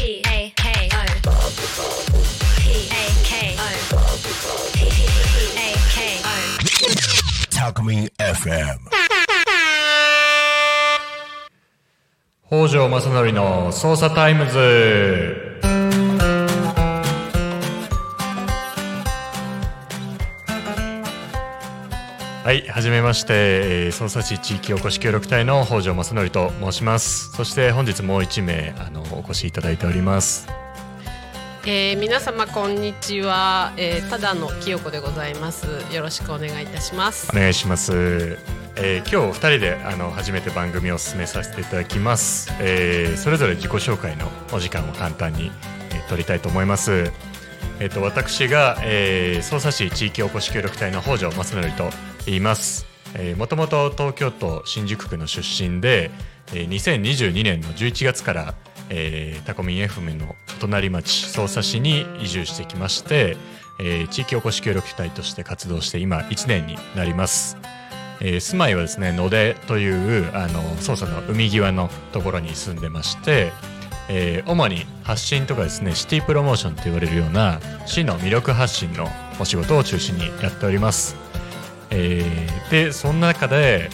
タコミン FM 北条正則の捜査タイムズ。はい、はじめまして、捜査士地域おこし協力隊の北条正則と申します。そして本日もう1名お越しいただいております。 皆様こんにちは、ただの清子でございます。よろしくお願いいたします。 お願いします。今日2人で初めて番組を進めさせていただきます。それぞれ自己紹介のお時間を簡単に、取りたいと思います。私が、捜査士地域おこし協力隊の北条正則と言います。もともと東京都新宿区の出身で、2022年の11月からタコミン FM の隣町匝瑳市に移住してきまして、地域おこし協力隊として活動して今1年になります。住まいはですね野出という匝瑳の海際のところに住んでまして、主に発信とかですねシティプロモーションと言われるような市の魅力発信のお仕事を中心にやっております。でその中で、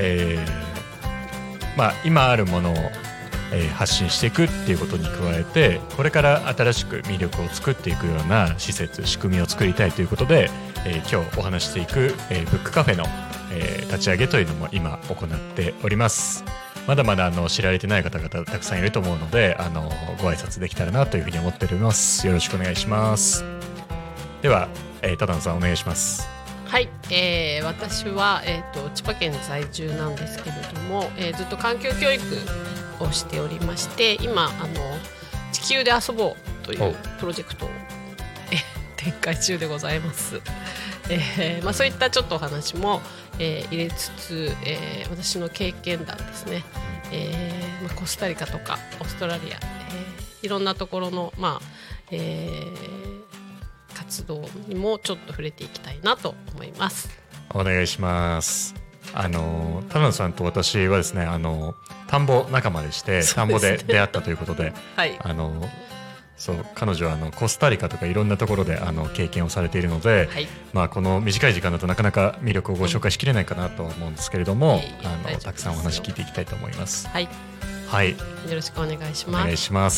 今あるものを発信していくっていうことに加えて、これから新しく魅力を作っていくような施設仕組みを作りたいということで、今日お話していく、ブックカフェの、立ち上げというのも今行っております。まだまだ知られてない方々たくさんいると思うのでご挨拶できたらなというふうに思っております。よろしくお願いします。では、多田野さんお願いします。 はい、私は、千葉県在住なんですけれども、ずっと環境教育をしておりまして、今地球で遊ぼうというプロジェクトを展開中でございます。そういったちょっとお話も、入れつつ、私の経験談ですね、コスタリカとかオーストラリア、いろんなところの、活動にもちょっと触れていきたいなと思います。 お願いします。田野さんと私はですね田んぼ仲間でして、田んぼで出会ったということで、はい、そう彼女はコスタリカとかいろんなところで経験をされているので、はい、この短い時間だとなかなか魅力をご紹介しきれないかなと思うんですけれども、たくさんお話聞いていきたいと思います。はい、はい、よろしくお願いします。 お願いします。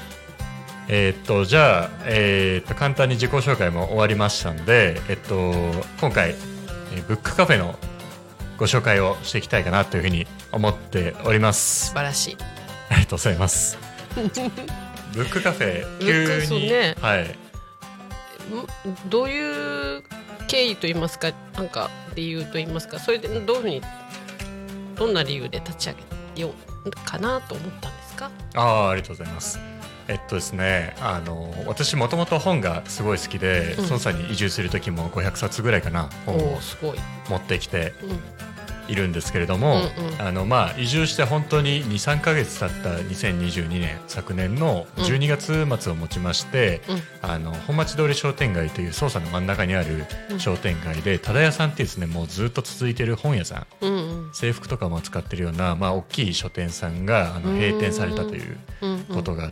じゃあ、簡単に自己紹介も終わりましたんで、今回、ブックカフェのご紹介をしていきたいかなというふうに思っております。 素晴らしい。 ありがとうございます。ブックカフェ急に、ね、はい、 どういう経緯といいますか、なんか理由といいますか、それでどんな理由で立ち上げようかなと思ったんですか？ ありがとうございます。ですね、私もともと本がすごい好きで、捜査に移住する時も500冊ぐらいかな本を持ってきているんですけれども、移住して本当に 2,3 ヶ月経った2022年昨年の12月末をもちまして、本町通り商店街という捜査の真ん中にある商店街で忠屋さんっていうですね、もうずっと続いている本屋さん、制服とかも扱っているような、大きい書店さんが閉店されたということがあって、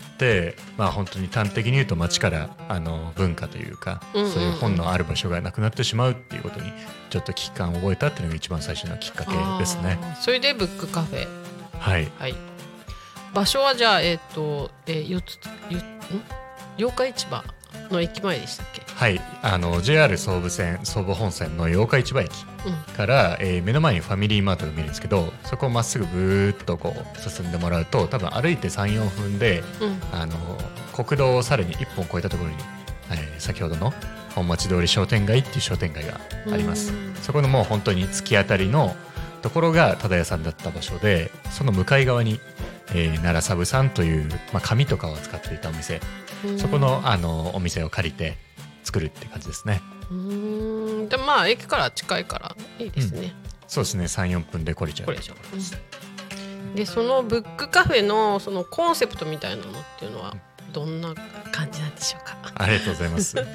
本当に端的に言うと街から文化というか、そういう本のある場所がなくなってしまうっていうことにちょっと危機感を覚えたっていうのが一番最初のきっかけですね。 それでブックカフェ、 はい、 はい、場所はじゃあ八日市場の駅前でしたっけ？ はい、JR 総武本線の八日市場駅から、目の前にファミリーマートが見えるんですけど、そこをまっすぐブーっとこう進んでもらうと、多分歩いて 3,4 分で、国道をさらに1本越えたところに、先ほどの本町通り商店街っていう商店街があります。そこのもう本当に突き当たりのところが忠屋さんだった場所で、その向かい側に、奈良サブさんという、紙とかを扱っていたお店、そこの、お店を借りて作るって感じですね。 で駅から近いからいいですね。 そうですね、 3,4 分で来れちゃう。 でそのブックカフェのそのコンセプトみたいなのっていうのはどんな感じなんでしょうか？ ありがとうございます。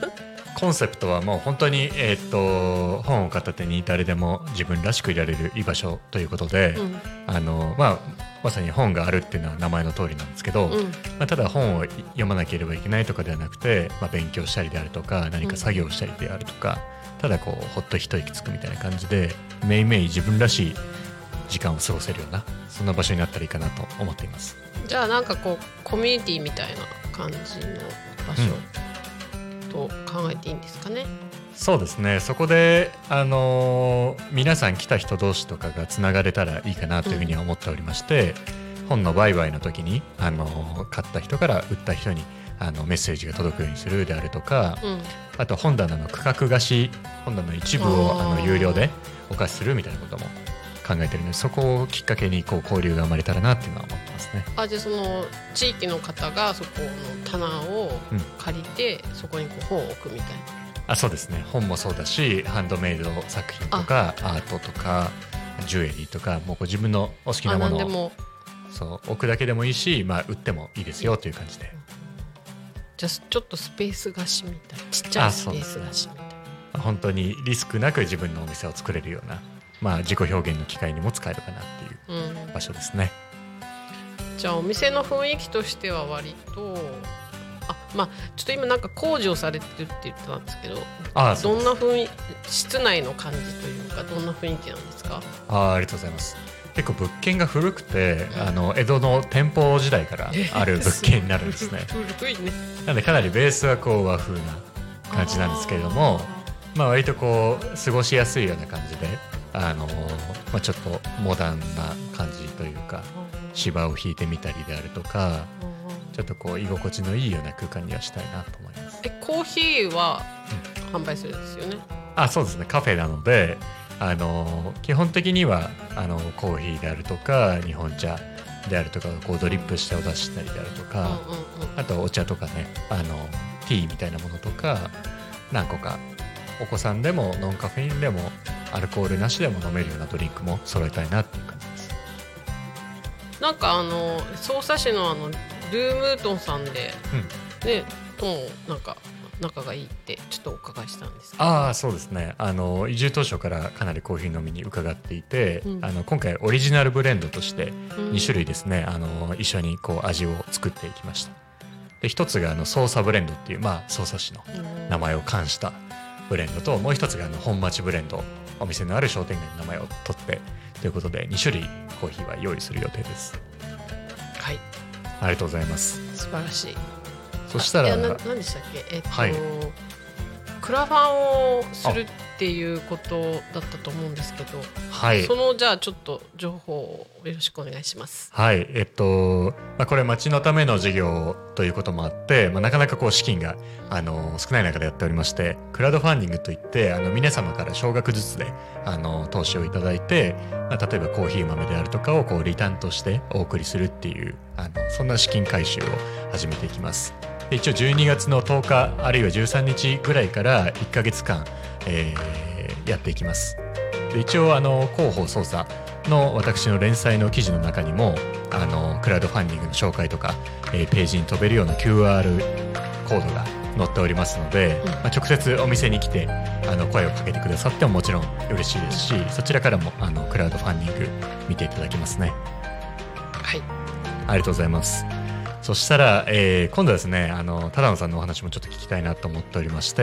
コンセプトはもう本当に、本を片手に誰でも自分らしくいられる居場所ということで、まさに本があるっていうのは名前の通りなんですけど、ただ本を読まなければいけないとかではなくて、勉強したりであるとか何か作業したりであるとか、ただこうほっと一息つくみたいな感じでめいめい自分らしい時間を過ごせるようなそんな場所になったらいいかなと思っています。 じゃあなんかこうコミュニティみたいな感じの場所と考えていいんですかね。 そうですね。そこで、皆さん来た人同士とかがつながれたらいいかなというふうには思っておりまして、本の売買の時に買った人から売った人にメッセージが届くようにするであるとか、あと本棚の区画貸し、本棚の一部を有料でお貸しするみたいなことも考えているので、そこをきっかけにこう交流が生まれたらなっていうのは思ってますね。 じゃあその地域の方がそこの棚を借りて、そこにこう本を置くみたいな。 そうですね。本もそうだし、ハンドメイド作品とかアートとかジュエリーとか、もうこう自分のお好きなものを置くだけでもいいし、売ってもいいですよという感じで。 じゃあちょっとスペース貸しみたいな、ちっちゃいスペース貸しみたいな、 本当にリスクなく自分のお店を作れるような、自己表現の機会にも使えるかなっていう場所ですね。 じゃあお店の雰囲気としては割とちょっと今なんか工事をされてるって言ってたんですけど、どんな雰囲気、室内の感じというかどんな雰囲気なんですか？ ありがとうございます。結構物件が古くて、江戸の天保時代からある物件になるんですね。 古いね。 なのでかなりベースはこう和風な感じなんですけれども、割とこう過ごしやすいような感じで、ちょっとモダンな感じというか、芝を引いてみたりであるとか、ちょっとこう居心地のいいような空間にはしたいなと思います。 コーヒーは販売するんですよね。 そうですね。カフェなので、基本的にはコーヒーであるとか日本茶であるとかこうドリップしてお出ししたりであるとか、あとお茶とかね、ティーみたいなものとか何個か、お子さんでもノンカフェインでもアルコールなしでも飲めるようなドリンクも揃えたいなっていう感じです。 なんか匝瑳市のルームートンさんで、ともなんか仲がいいってちょっとお伺いしたんですけど。 そうですね。移住当初からかなりコーヒー飲みに伺っていて、今回オリジナルブレンドとして2種類ですね、一緒にこう味を作っていきました。で一つが匝瑳ブレンドっていう、匝瑳市の名前を冠したブレンドと、もう一つが本町ブレンド、お店のある商店街の名前を取ってということで2種類コーヒーは用意する予定です。 はい、 ありがとうございます。 素晴らしい。 そしたら何でしたっけ、クラファンをするっていうことだったと思うんですけど、そのじゃあちょっと情報をよろしくお願いします。 はい、これ町のための事業ということもあって、なかなかこう資金が少ない中でやっておりまして、クラウドファンディングといって皆様から少額ずつで投資をいただいて、例えばコーヒー豆であるとかをこうリターンとしてお送りするっていうそんな資金回収を始めていきます。で一応12月の10日あるいは13日ぐらいから1ヶ月間、やっていきます。で一応広報捜査の私の連載の記事の中にもクラウドファンディングの紹介とか、ページに飛べるような QR コードが載っておりますので、直接お店に来て声をかけてくださってももちろん嬉しいですし、そちらからもクラウドファンディング見ていただけますね。 はい、 ありがとうございます。そしたら、今度はですね、只野さんのお話もちょっと聞きたいなと思っておりまして、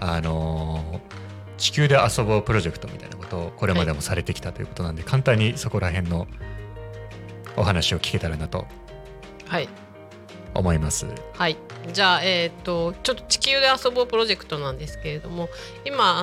地球で遊ぼうプロジェクトみたいなことをこれまでもされてきたということなんで、簡単にそこら辺のお話を聞けたらなと思います。 はい、じゃあ、ちょっと地球で遊ぼうプロジェクトなんですけれども、今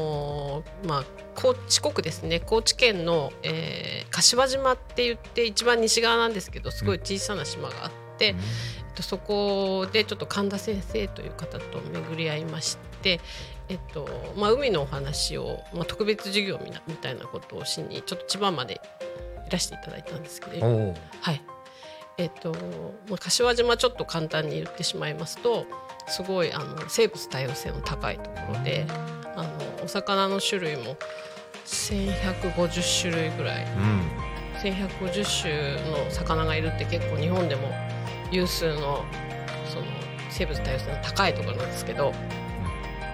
四国ですね、高知県の、柏島って言って一番西側なんですけど、すごい小さな島があって、そこでちょっと神田先生という方と巡り合いまして、海のお話を、特別授業みたいなことをしにちょっと千葉までいらしていただいたんですけど、はい、柏島ちょっと簡単に言ってしまいますと、すごい生物多様性の高いところで、お魚の種類も1150種類ぐらい、1150種の魚がいるって結構日本でも有数のその生物多様性の高いところなんですけど、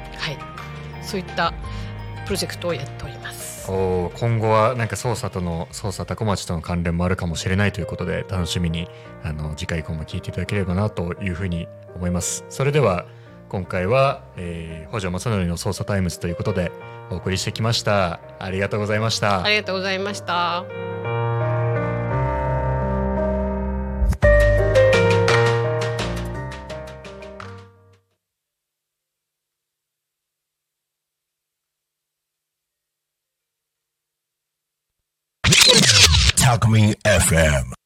そういったプロジェクトをやっております。 今後はなんか捜査多古町との関連もあるかもしれないということで、楽しみに次回以降も聞いていただければなというふうに思います。それでは今回は、北条正則の捜査タイムズということでお送りしてきました。ありがとうございました。 ありがとうございました。 Talk Me FM